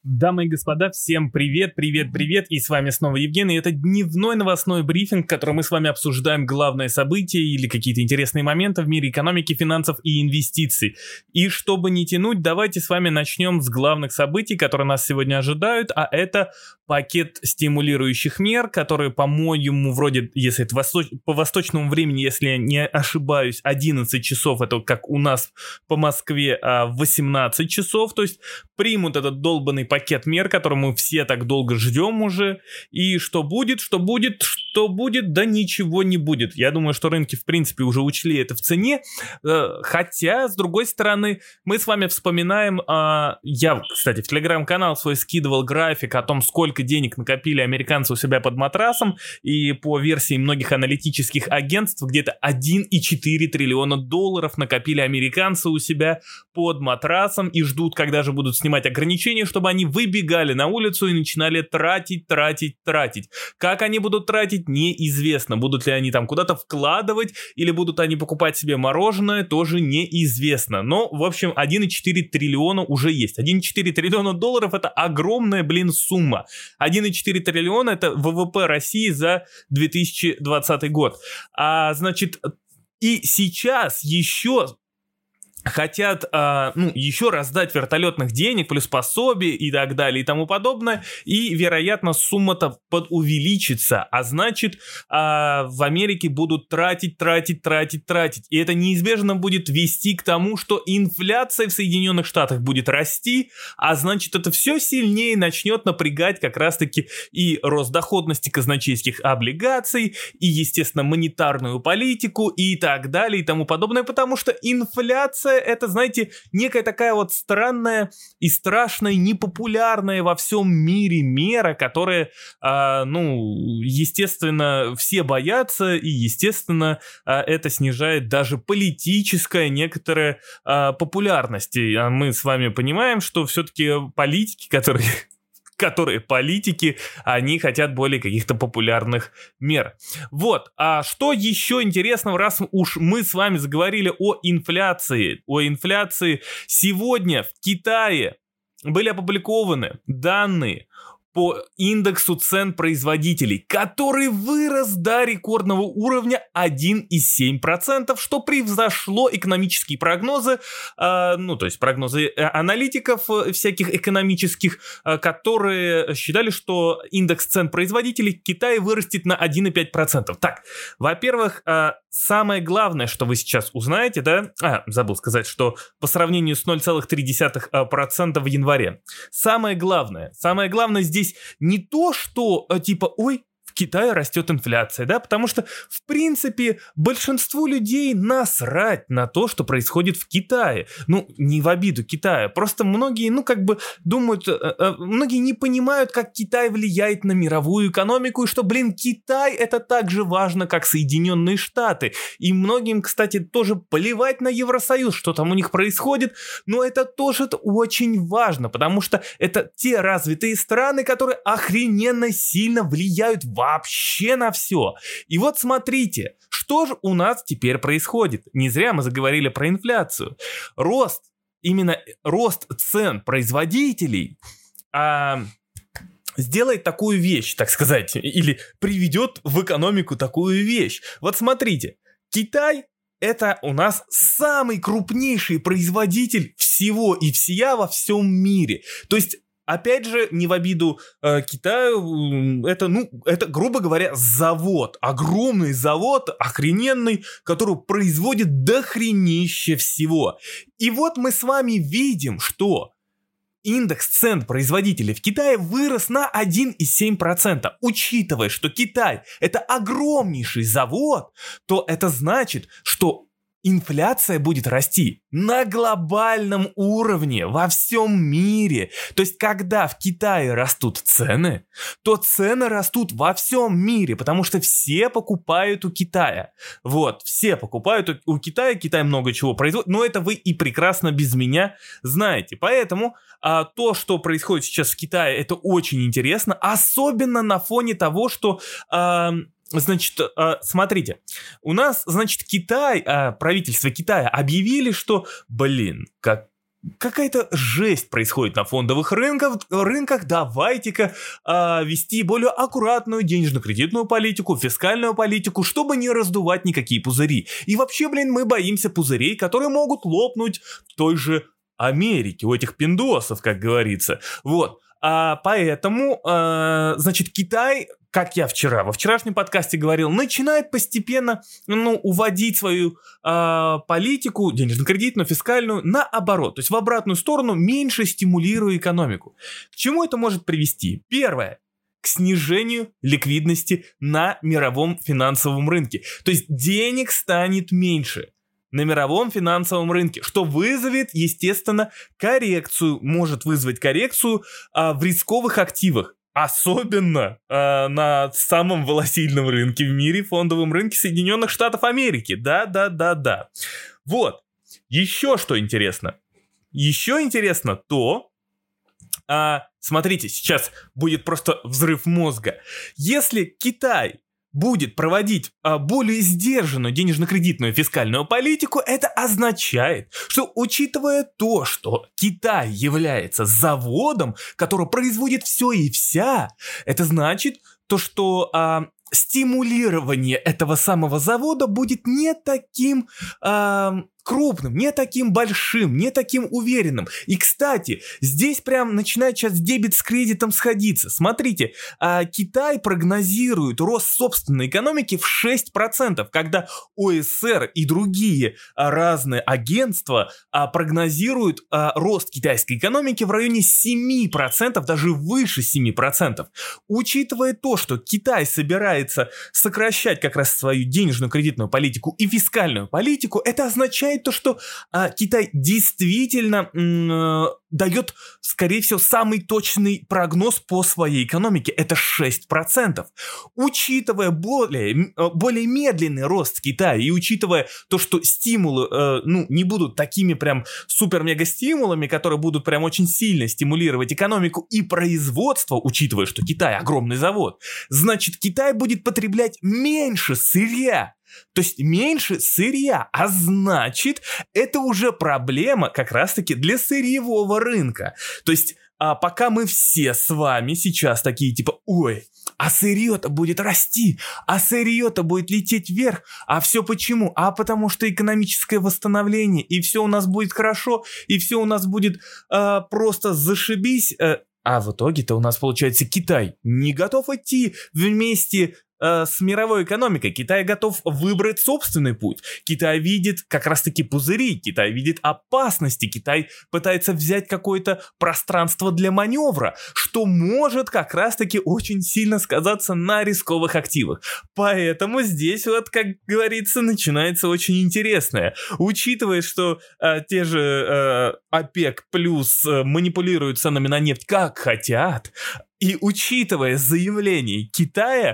Дамы и господа, всем привет, и с вами снова Евгений. Это дневной новостной брифинг, в котором мы с вами обсуждаем главные события или какие-то интересные моменты в мире экономики, финансов и инвестиций. И чтобы не тянуть, давайте с вами начнем с главных событий, которые нас сегодня ожидают, а это пакет стимулирующих мер, которые, по-моему, вроде, если это по восточному времени, если я не ошибаюсь, 11 часов, это как у нас по Москве 18 часов, то есть примут этот долбанный пакет мер, который мы все так долго ждем уже. И что будет? Да ничего не будет. Я думаю, что рынки, в принципе, уже учли это в цене. Хотя, с другой стороны, мы с вами вспоминаем... Я, кстати, в телеграм-канал свой скидывал график о том, сколько денег накопили американцы у себя под матрасом. И по версии многих аналитических агентств, где-то 1,4 триллиона долларов накопили американцы у себя под матрасом и ждут, когда же будут снимать ограничения, чтобы они выбегали на улицу и начинали тратить. Как они будут тратить, неизвестно. Будут ли они там куда-то вкладывать или будут они покупать себе мороженое, тоже неизвестно. Но, в общем, 1,4 триллиона уже есть. 1,4 триллиона долларов — это огромная, сумма. 1,4 триллиона — это ВВП России за 2020 год. Значит, и сейчас еще... хотят, еще раздать вертолетных денег, плюс пособий и так далее и тому подобное, и, вероятно, сумма-то подувеличится, а значит, в Америке будут тратить, и это неизбежно будет вести к тому, что инфляция в Соединенных Штатах будет расти, а значит, это все сильнее начнет напрягать как раз-таки и рост доходности казначейских облигаций, и, естественно, монетарную политику и так далее и тому подобное, потому что инфляция — это, знаете, некая такая вот странная и страшная, непопулярная во всем мире мера, которая, естественно, все боятся, и, естественно, это снижает даже политическая некоторая популярность. И мы с вами понимаем, что все-таки политики, которые политики, они хотят более каких-то популярных мер. Вот, а что еще интересного, раз уж мы с вами заговорили о инфляции. Сегодня в Китае были опубликованы данные по индексу цен производителей, который вырос до рекордного уровня 1,7%, что превзошло экономические прогнозы, то есть прогнозы аналитиков всяких экономических, которые считали, что индекс цен производителей в Китае вырастет на 1,5%. Так, во-первых, самое главное, что вы сейчас узнаете, забыл сказать, что по сравнению с 0,3% в январе, самое главное здесь не то, что ой, в Китае растет инфляция, потому что, в принципе, большинству людей насрать на то, что происходит в Китае. Не в обиду Китая, просто многие, думают, многие не понимают, как Китай влияет на мировую экономику, и что, Китай — это так же важно, как Соединенные Штаты. И многим, кстати, тоже плевать на Евросоюз, что там у них происходит, но это тоже очень важно, потому что это те развитые страны, которые охрененно сильно влияют вообще на все. И вот смотрите, что же у нас теперь происходит. Не зря мы заговорили про инфляцию. Именно рост цен производителей сделает такую вещь, так сказать, или приведет в экономику такую вещь. Вот смотрите, Китай — это у нас самый крупнейший производитель всего и всея во всем мире. То есть, опять же, не в обиду Китаю, это, грубо говоря, завод, огромный завод, охрененный, который производит дохренище всего. И вот мы с вами видим, что индекс цен производителей в Китае вырос на 1,7%. Учитывая, что Китай — это огромнейший завод, то это значит, что инфляция будет расти на глобальном уровне во всем мире. То есть, когда в Китае растут цены, то цены растут во всем мире, потому что все покупают у Китая. Вот, все покупают у Китая, Китай много чего производит, но это вы и прекрасно без меня знаете. Поэтому то, что происходит сейчас в Китае, это очень интересно, особенно на фоне того, что... Значит, смотрите, у нас, Китай, правительство Китая объявили, что, какая-то жесть происходит на фондовых рынках, давайте-ка вести более аккуратную денежно-кредитную политику, фискальную политику, чтобы не раздувать никакие пузыри. И вообще, мы боимся пузырей, которые могут лопнуть в той же Америке, у этих пиндосов, как говорится. Вот. Поэтому, значит, Китай, как я во вчерашнем подкасте говорил, начинает постепенно, уводить свою политику, денежно-кредитную, фискальную, наоборот. То есть в обратную сторону, меньше стимулируя экономику. К чему это может привести? Первое. К снижению ликвидности на мировом финансовом рынке. То есть денег станет меньше на мировом финансовом рынке, что вызовет, естественно, может вызвать коррекцию в рисковых активах. Особенно на самом волатильном рынке в мире, фондовом рынке Соединенных Штатов Америки. Да. Вот. Еще что интересно. Еще интересно то, смотрите, сейчас будет просто взрыв мозга. Если Китай будет проводить более сдержанную денежно-кредитную фискальную политику, это означает, что, учитывая то, что Китай является заводом, который производит все и вся, это значит то, что стимулирование этого самого завода будет не таким крупным, не таким большим, не таким уверенным. И, кстати, здесь прям начинает сейчас дебет с кредитом сходиться. Смотрите, Китай прогнозирует рост собственной экономики в 6%, когда ОСР и другие разные агентства прогнозируют рост китайской экономики в районе 7%, даже выше 7%. Учитывая то, что Китай собирается сокращать как раз свою денежную кредитную политику и фискальную политику, это означает то, что Китай действительно дает, скорее всего, самый точный прогноз по своей экономике. Это 6%. Учитывая более медленный рост Китая и учитывая то, что стимулы не будут такими прям супер-мега-стимулами, которые будут прям очень сильно стимулировать экономику и производство, учитывая, что Китай огромный завод, значит, Китай будет потреблять меньше сырья. То есть меньше сырья, а значит, это уже проблема как раз-таки для сырьевого рынка. То есть пока мы все с вами сейчас такие типа, ой, а сырье-то будет расти, а сырье-то будет лететь вверх, а все почему? А потому что экономическое восстановление, и все у нас будет хорошо, и все у нас будет просто зашибись. А в итоге-то у нас получается Китай не готов идти вместе с мировой экономикой. Китай готов выбрать собственный путь. Китай видит как раз-таки пузыри, Китай видит опасности, Китай пытается взять какое-то пространство для маневра, что может как раз-таки очень сильно сказаться на рисковых активах. Поэтому здесь вот, как говорится, начинается очень интересное. Учитывая, что те же ОПЕК плюс манипулируют ценами на нефть как хотят, и учитывая заявление Китая,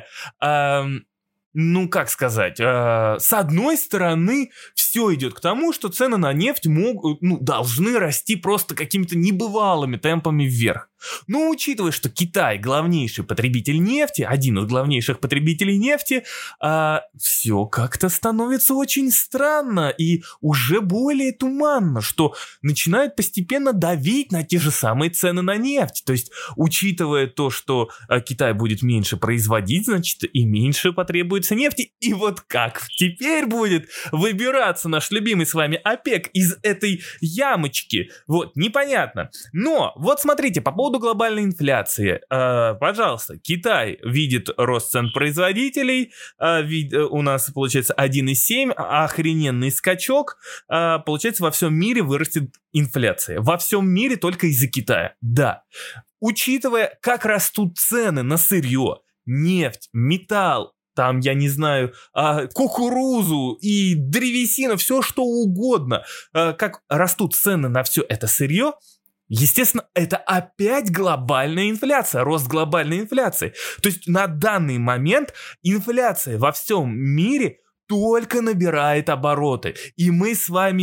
с одной стороны, все идет к тому, что цены на нефть должны расти просто какими-то небывалыми темпами вверх. Но учитывая, что Китай главнейший потребитель нефти, один из главнейших потребителей нефти, все как-то становится очень странно и уже более туманно, что начинает постепенно давить на те же самые цены на нефть. То есть, учитывая то, что Китай будет меньше производить, значит, и меньше потребуется нефти. И вот как теперь будет выбираться наш любимый с вами ОПЕК из этой ямочки? Вот, непонятно. Но, вот смотрите, по поводу глобальной инфляции. Пожалуйста, Китай видит рост цен производителей. У нас, получается, 1,7, охрененный скачок. Получается, во всем мире вырастет инфляция. Во всем мире только из-за Китая. Да. Учитывая, как растут цены на сырье, нефть, металл, там, я не знаю, кукурузу и древесину, все что угодно, как растут цены на все это сырье, естественно, это опять глобальная инфляция, рост глобальной инфляции. То есть на данный момент инфляция во всем мире только набирает обороты. И мы с вами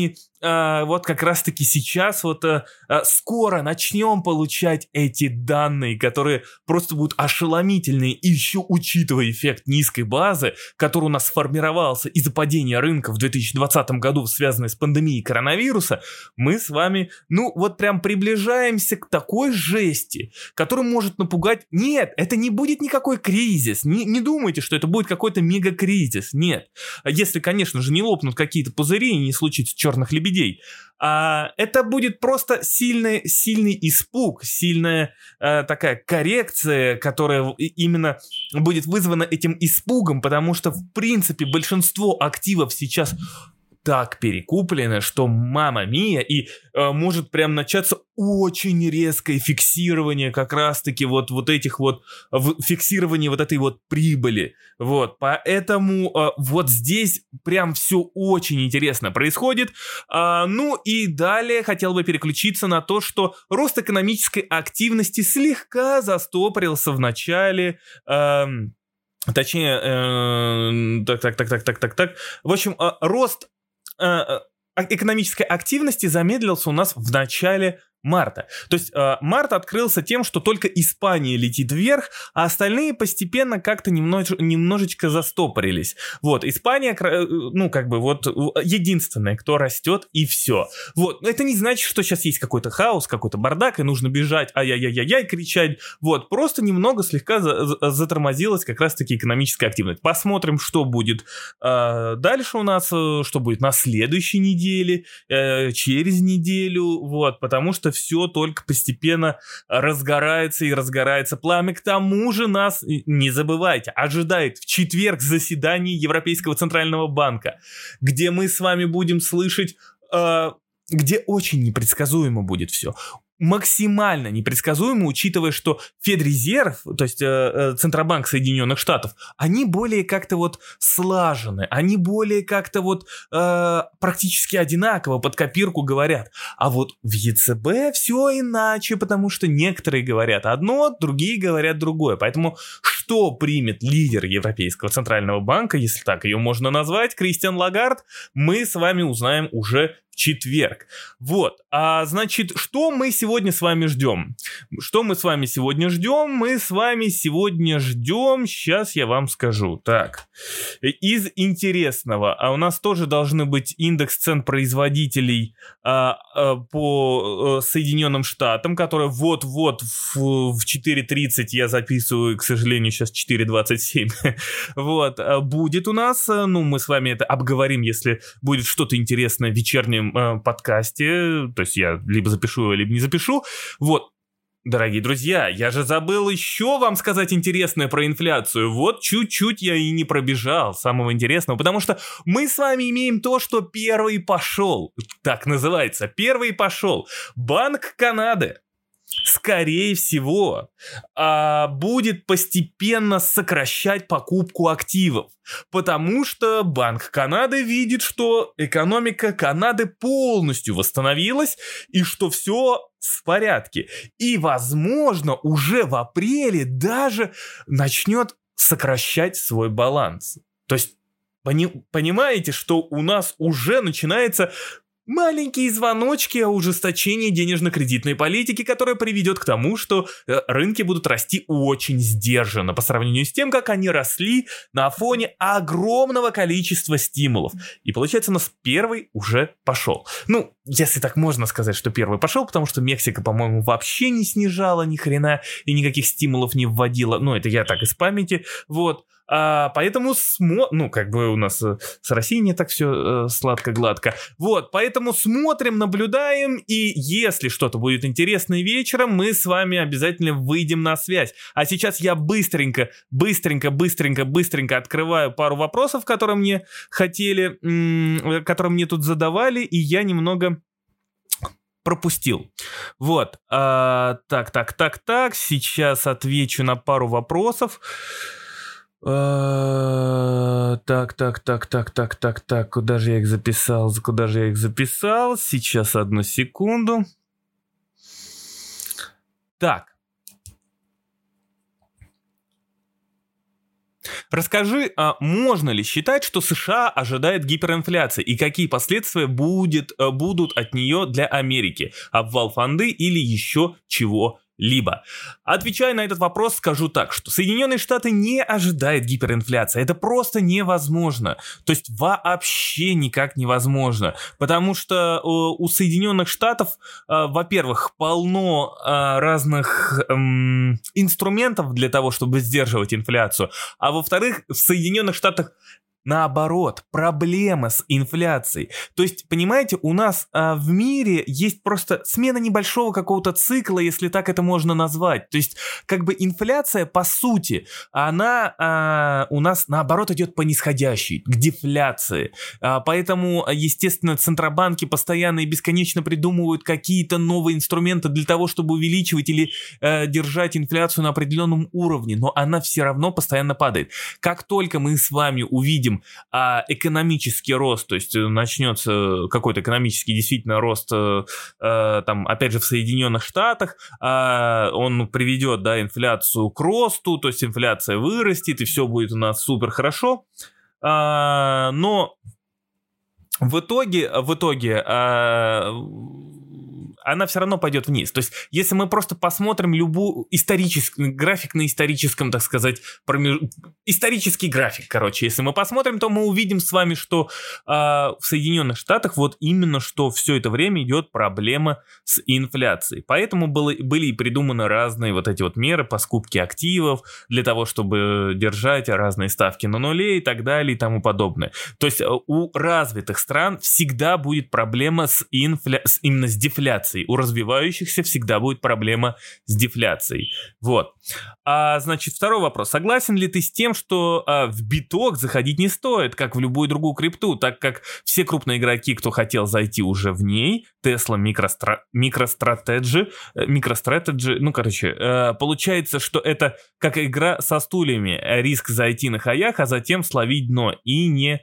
вот как раз-таки сейчас скоро начнем получать эти данные, которые просто будут ошеломительные, и еще учитывая эффект низкой базы, который у нас сформировался из-за падения рынка в 2020 году, связанный с пандемией коронавируса, мы с вами, прям приближаемся к такой жести, которая может напугать. Нет, это не будет никакой кризис, не думайте, что это будет какой-то мегакризис, нет. Если, конечно же, не лопнут какие-то пузыри и не случится черных лебедей, это будет просто сильный испуг, сильная такая коррекция, которая именно будет вызвана этим испугом, потому что, в принципе, большинство активов сейчас так перекуплены, что мама мия, и может прям начаться очень резкое фиксирование как раз-таки фиксирование вот этой вот прибыли. Поэтому вот здесь прям все очень интересно происходит. И далее хотел бы переключиться на то, что рост экономической активности слегка застопорился в начале... В общем, рост экономической активности замедлился у нас в начале марта. То есть март открылся тем, что только Испания летит вверх, а остальные постепенно как-то немножечко застопорились. Испания, единственная, кто растет, и все. Это не значит, что сейчас есть какой-то хаос, какой-то бардак, и нужно бежать, ай-яй-яй-яй, кричать. Просто немного слегка затормозилась как раз-таки экономическая активность. Посмотрим, что будет дальше у нас, что будет на следующей неделе, через неделю, потому что все только постепенно разгорается и разгорается пламя. К тому же нас, не забывайте, ожидает в четверг заседание Европейского Центрального банка, где мы с вами будем слышать, где очень непредсказуемо будет все. Максимально непредсказуемо, учитывая, что Федрезерв, то есть Центробанк Соединенных Штатов, они более как-то слажены, они более как-то практически одинаково под копирку говорят. А в ЕЦБ все иначе, потому что некоторые говорят одно, другие говорят другое. Поэтому что примет лидер Европейского Центрального банка, если так ее можно назвать, Кристиан Лагард, мы с вами узнаем уже в четверг. Значит, что мы сегодня с вами ждем? Мы с вами сегодня ждем, сейчас я вам скажу. Так, из интересного, у нас тоже должны быть индекс цен производителей по Соединенным Штатам, который вот-вот в 4:30 я записываю, к сожалению, сейчас 4:27. Будет у нас, мы с вами это обговорим, если будет что-то интересное в вечернем подкасте, то есть я либо запишу, либо не запишу. Дорогие друзья, я же забыл еще вам сказать интересное про инфляцию. Чуть-чуть я и не пробежал самого интересного, потому что мы с вами имеем то, что первый пошел. Так называется, первый пошел. Банк Канады, скорее всего, будет постепенно сокращать покупку активов, потому что Банк Канады видит, что экономика Канады полностью восстановилась и что все в порядке. И, возможно, уже в апреле даже начнет сокращать свой баланс. То есть, понимаете, что у нас уже начинается... маленькие звоночки о ужесточении денежно-кредитной политики, которая приведет к тому, что рынки будут расти очень сдержанно по сравнению с тем, как они росли на фоне огромного количества стимулов. И получается, у нас первый уже пошел. Если так можно сказать, что первый пошел, потому что Мексика, по-моему, вообще не снижала ни хрена и никаких стимулов не вводила. Это я так из памяти. Поэтому у нас с Россией не так все сладко-гладко. Поэтому смотрим, наблюдаем, и если что-то будет интересное вечером, мы с вами обязательно выйдем на связь. А сейчас я быстренько открываю пару вопросов, которые мне которые мне тут задавали, и я немного пропустил. Так, сейчас отвечу на пару вопросов. Так, куда же я их записал? Сейчас, одну секунду. Так. Расскажи, можно ли считать, что США ожидает гиперинфляции и какие последствия будут от нее для Америки? Обвал фонды или еще чего-либо? Отвечая на этот вопрос, скажу так, что Соединенные Штаты не ожидают гиперинфляции. Это просто невозможно. То есть вообще никак невозможно. Потому что у Соединенных Штатов, во-первых, полно разных инструментов для того, чтобы сдерживать инфляцию. А во-вторых, в Соединенных Штатах наоборот, проблема с инфляцией. То есть, понимаете, у нас в мире есть просто смена небольшого какого-то цикла, если так это можно назвать. То есть, как бы инфляция, по сути, она у нас наоборот идет по нисходящей, к дефляции. Поэтому, естественно, центробанки постоянно и бесконечно придумывают какие-то новые инструменты для того, чтобы увеличивать или держать инфляцию на определенном уровне, но она все равно постоянно падает. Как только мы с вами увидим экономический рост, то есть начнется какой-то экономический действительно рост, там, опять же, в Соединенных Штатах, он приведет, да, инфляцию к росту, то есть инфляция вырастет, и все будет у нас супер хорошо, но в итоге она все равно пойдет вниз. То есть, если мы просто посмотрим любой исторический график на историческом, так сказать, исторический график, короче, если мы посмотрим, то мы увидим с вами, что в Соединенных Штатах вот именно что все это время идет проблема с инфляцией. Поэтому были и придуманы разные вот эти вот меры по скупке активов для того, чтобы держать разные ставки на нуле и так далее и тому подобное. То есть, у развитых стран всегда будет проблема именно с дефляцией. У развивающихся всегда будет проблема с дефляцией. Вот. Значит, второй вопрос. Согласен ли ты с тем, что в биток заходить не стоит, как в любую другую крипту, так как все крупные игроки, кто хотел зайти уже в ней, Tesla, MicroStrategy, ну, короче, получается, что это как игра со стульями. Риск зайти на хаях, а затем словить дно и не...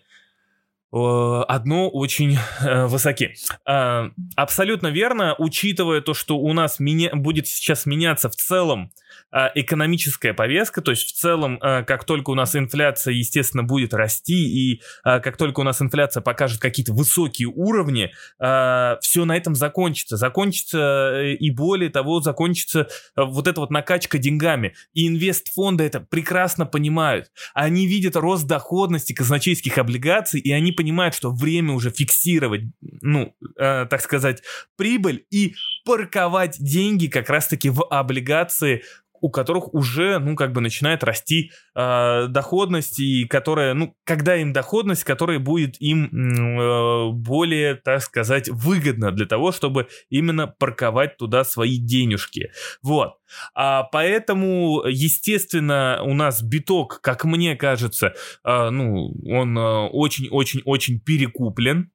одно очень высоки. Абсолютно верно, учитывая то, что у нас будет сейчас меняться в целом экономическая повестка, то есть в целом, как только у нас инфляция, естественно, будет расти, и как только у нас инфляция покажет какие-то высокие уровни, все на этом закончится. Закончится, и более того, закончится вот эта вот накачка деньгами. И инвестфонды это прекрасно понимают. Они видят рост доходности казначейских облигаций, и они понимают, что время уже фиксировать, так сказать, прибыль и парковать деньги как раз-таки в облигации, у которых уже, начинает расти доходность, и которая, когда им доходность, которая будет им более, так сказать, выгодна для того, чтобы именно парковать туда свои денежки. Вот. Поэтому, естественно, у нас биток, как мне кажется, он очень-очень-очень перекуплен.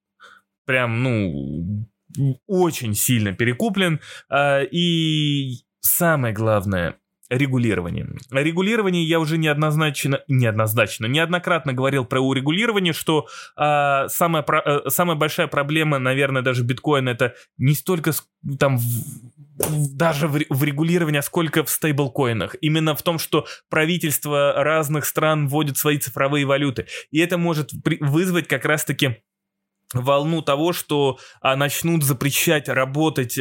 Прям, очень сильно перекуплен. И самое главное — регулирование. Регулирование я уже неоднократно говорил про урегулирование, что самая большая проблема, наверное, даже биткоина — это не столько там даже в регулировании, сколько в стейблкоинах. Именно в том, что правительства разных стран вводят свои цифровые валюты. И это может вызвать как раз-таки волну того, что начнут запрещать работать...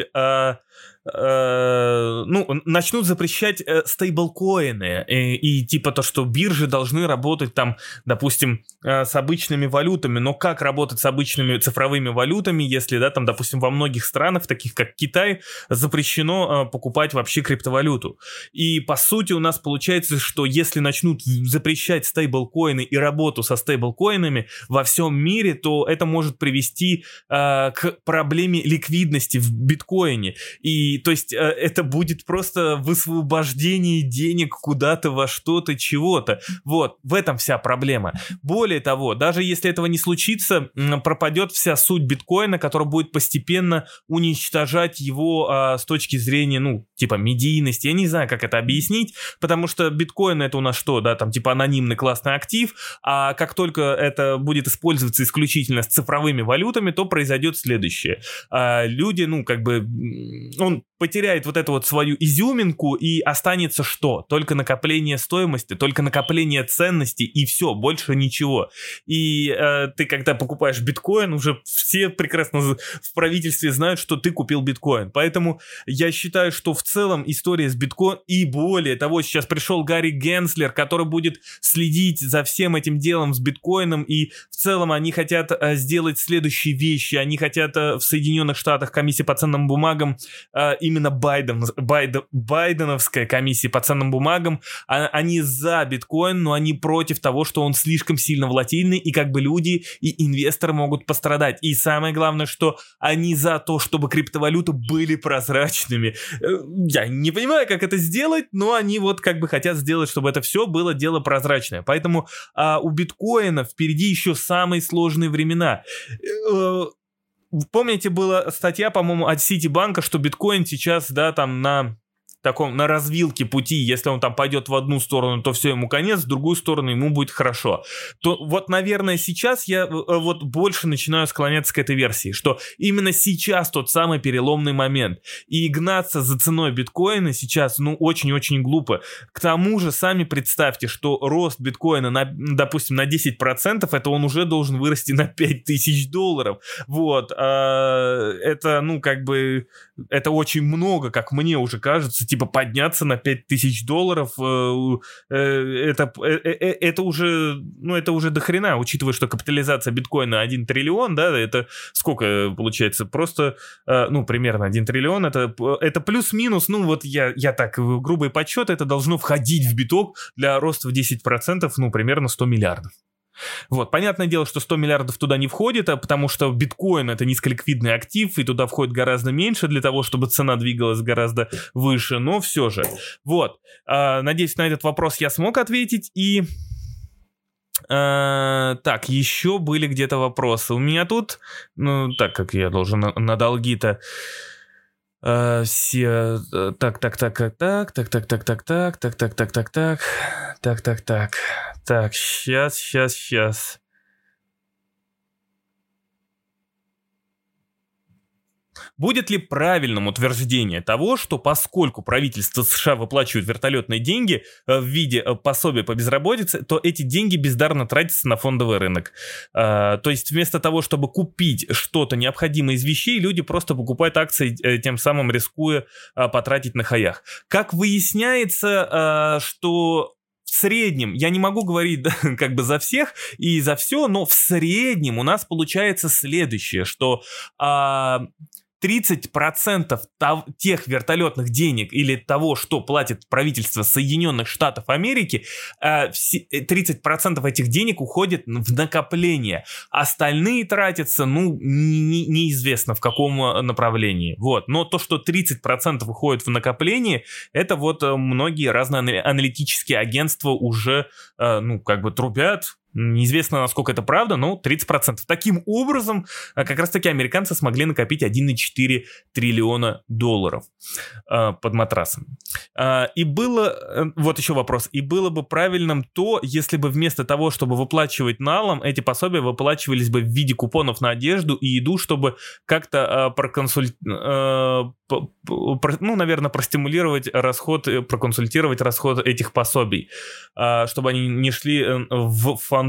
начнут запрещать стейблкоины и типа то, что биржи должны работать там, допустим, с обычными валютами. Но как работать с обычными цифровыми валютами, если, да, там, допустим, во многих странах, таких как Китай, запрещено покупать вообще криптовалюту. И по сути у нас получается, что если начнут запрещать стейблкоины и работу со стейблкоинами во всем мире, то это может привести к проблеме ликвидности в биткоине. И то есть это будет просто высвобождение денег куда-то во что-то, чего-то. Вот, в этом вся проблема. Более того, даже если этого не случится, пропадет вся суть биткоина, которая будет постепенно уничтожать его с точки зрения, медийности. Я не знаю, как это объяснить, потому что биткоин — это у нас что, да, там типа анонимный классный актив, а как только это будет использоваться исключительно с цифровыми валютами, то произойдет следующее. Люди, он потеряет вот эту вот свою изюминку, и останется что? Только накопление стоимости, только накопление ценностей, и все, больше ничего. И ты, когда покупаешь биткоин, уже все прекрасно в правительстве знают, что ты купил биткоин. Поэтому я считаю, что в целом история с биткоин, и более того, сейчас пришел Гарри Генслер, который будет следить за всем этим делом с биткоином, и в целом они хотят сделать следующие вещи. Они хотят в Соединенных Штатах комиссия по ценным бумагам, именно байденовская комиссия по ценным бумагам, они за биткоин, но они против того, что он слишком сильно волатильный, и как бы люди и инвесторы могут пострадать. И самое главное, что они за то, чтобы криптовалюты были прозрачными. Я не понимаю, как это сделать, но они вот как бы хотят сделать, чтобы это все было дело прозрачное. Поэтому у биткоина впереди еще самые сложные времена. Помните, была статья, по-моему, от Ситибанка, что биткоин сейчас, да, там на развилке пути, если он там пойдет в одну сторону, то все, ему конец, в другую сторону ему будет хорошо. То вот, наверное, сейчас я вот больше начинаю склоняться к этой версии, что именно сейчас тот самый переломный момент. И гнаться за ценой биткоина сейчас, очень-очень глупо. К тому же, сами представьте, что рост биткоина, допустим, на 10%, это он уже должен вырасти на $5000. Вот. Это, это очень много, как мне уже кажется, типа подняться на $5000, это уже дохрена, учитывая, что капитализация биткоина 1 триллион, да, это сколько получается? Просто, примерно 1 триллион, это плюс-минус, я так, грубый подсчет, это должно входить в биток для роста в 10%, примерно 100 миллиардов. Вот, понятное дело, что 100 миллиардов туда не входит, потому что биткоин — это низколиквидный актив, и туда входит гораздо меньше для того, чтобы цена двигалась гораздо выше, но все же. Вот, надеюсь, на этот вопрос я смог ответить, и... Так, еще были где-то вопросы у меня тут, так как я должен на долги-то... Все... Так, сейчас. Будет ли правильным утверждение того, что поскольку правительство США выплачивает вертолетные деньги в виде пособия по безработице, то эти деньги бездарно тратятся на фондовый рынок? То есть вместо того, чтобы купить что-то необходимое из вещей, люди просто покупают акции, тем самым рискуя потратить на хаях. Как выясняется, что... В среднем, я не могу говорить как бы за всех и за все, но в среднем у нас получается следующее, что 30% тех вертолетных денег или того, что платит правительство Соединенных Штатов Америки, 30% этих денег уходит в накопление. Остальные тратятся, неизвестно в каком направлении. Вот. Но то, что 30% уходит в накопление, это вот многие разные аналитические агентства уже, трубят. Неизвестно, насколько это правда, но 30%. Таким образом, как раз-таки американцы смогли накопить $1,4 триллиона под матрасом. И было, вот еще вопрос, и было бы правильным то, если бы вместо того, чтобы выплачивать налом, эти пособия выплачивались бы в виде купонов на одежду и еду, чтобы как-то простимулировать расход, проконсультировать расход этих пособий, чтобы они не шли в фонду.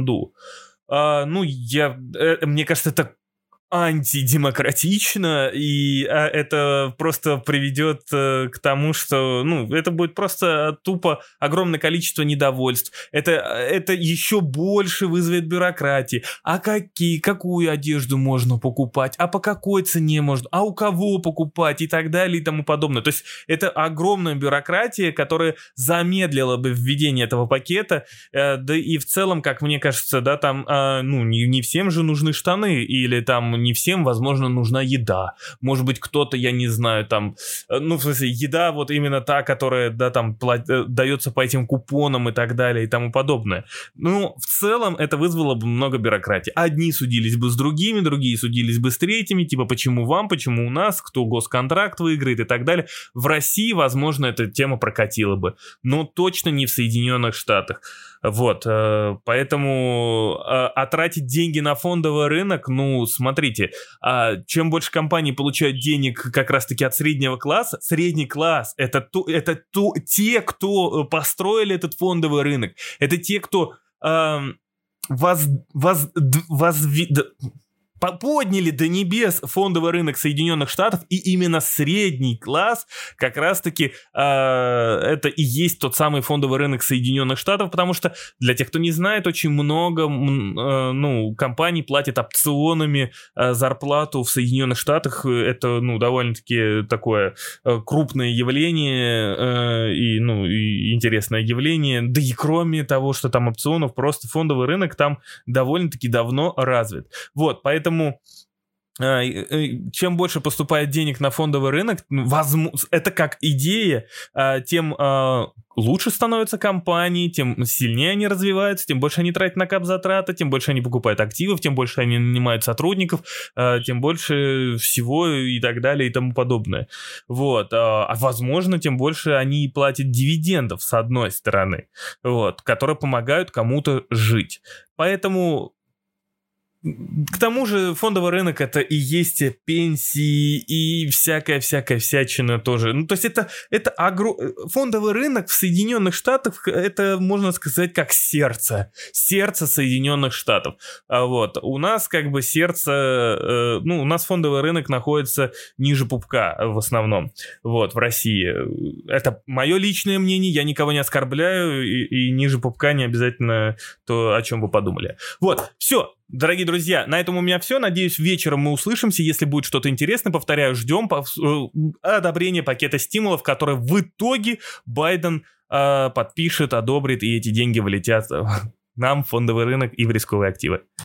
Мне кажется, это антидемократично, и это просто приведет к тому, что, это будет просто тупо огромное количество недовольств. Это еще больше вызовет бюрократии. А какую одежду можно покупать? А по какой цене можно? А у кого покупать? И так далее, и тому подобное. То есть это огромная бюрократия, которая замедлила бы введение этого пакета, да и в целом, как мне кажется, да, там, не всем же нужны штаны, или там не всем, возможно, нужна еда. Может быть, кто-то, я не знаю, там, в смысле, еда вот именно та, которая, да, там, дается по этим купонам и так далее и тому подобное. В целом, это вызвало бы много бюрократии. Одни судились бы с другими, другие судились бы с третьими, типа, почему вам, почему у нас, кто госконтракт выиграет и так далее. В России, возможно, эта тема прокатила бы, но точно не в Соединенных Штатах. Вот, поэтому тратить деньги на фондовый рынок, ну, смотрите, чем больше компаний получают денег как раз-таки от среднего класса, средний класс — это те, кто построили этот фондовый рынок, это те, кто подняли до небес фондовый рынок Соединенных Штатов, и именно средний класс как раз-таки это и есть тот самый фондовый рынок Соединенных Штатов, потому что, для тех, кто не знает, очень много компаний платят опционами зарплату в Соединенных Штатах. Это довольно-таки такое крупное явление и интересное явление. Да и кроме того, что там опционов, просто фондовый рынок там довольно-таки давно развит. Вот, поэтому чем больше поступает денег на фондовый рынок, это как идея, тем лучше становятся компании, тем сильнее они развиваются, тем больше они тратят на капзатраты, тем больше они покупают активов, тем больше они нанимают сотрудников, тем больше всего и так далее и тому подобное. Вот. Возможно, тем больше они платят дивидендов, с одной стороны, вот, которые помогают кому-то жить. Поэтому... К тому же фондовый рынок — это и есть пенсии, и всякая всячина тоже. Ну, то есть это фондовый рынок в Соединенных Штатах, это, можно сказать, как сердце Соединенных Штатов. Вот. У нас как бы сердце, у нас фондовый рынок находится ниже пупка в основном, вот, в России. Это мое личное мнение, я никого не оскорбляю, и ниже пупка не обязательно то, о чем вы подумали. Вот, все. Дорогие друзья, на этом у меня все. Надеюсь, вечером мы услышимся. Если будет что-то интересное, повторяю, ждем одобрения пакета стимулов, который в итоге Байден подпишет, одобрит, и эти деньги влетят нам в фондовый рынок и в рисковые активы.